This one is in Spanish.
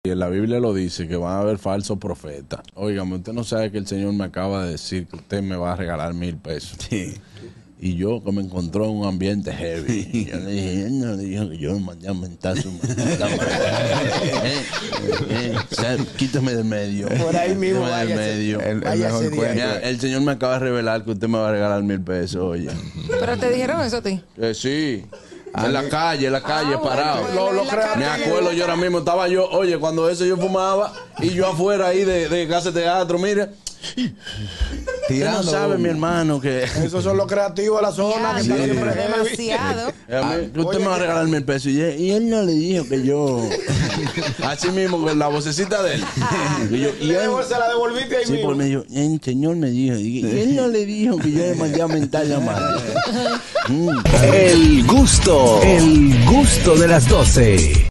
Y en la Biblia lo dice que van a haber falsos profetas. Óigame, usted no sabe que el Señor me acaba de decir que usted me va a regalar 1,000 pesos. Sí. Y yo, que me encontró en un ambiente heavy, yo le dije, él no le dijo que yo me mandé a mentar su maldita madre. Quítame del medio. Por ahí mismo, Quítame del medio. váyase de ahí. Mira, el Señor me acaba de revelar que usted me va a regalar 1,000 pesos, oye. Pero te dijeron eso a ti. Sí. En la calle, parado. Bueno, Me acuerdo yo ahora mismo, estaba yo, oye, cuando eso yo fumaba y yo afuera ahí de casa de teatro, mire. Usted no sabe, mi hermano, que Esos son los creativos de la zona que Ya, están siempre heavy. demasiado. usted me va a regalar 1,000 pesos. Y él no le dijo que yo. Así mismo, con la vocecita de él. Y él, Se la devolviste ahí sí, mismo. porque me dijo, el Señor me dijo. Y él no le dijo que yo le mandé a mentar la madre. El gusto de las 12.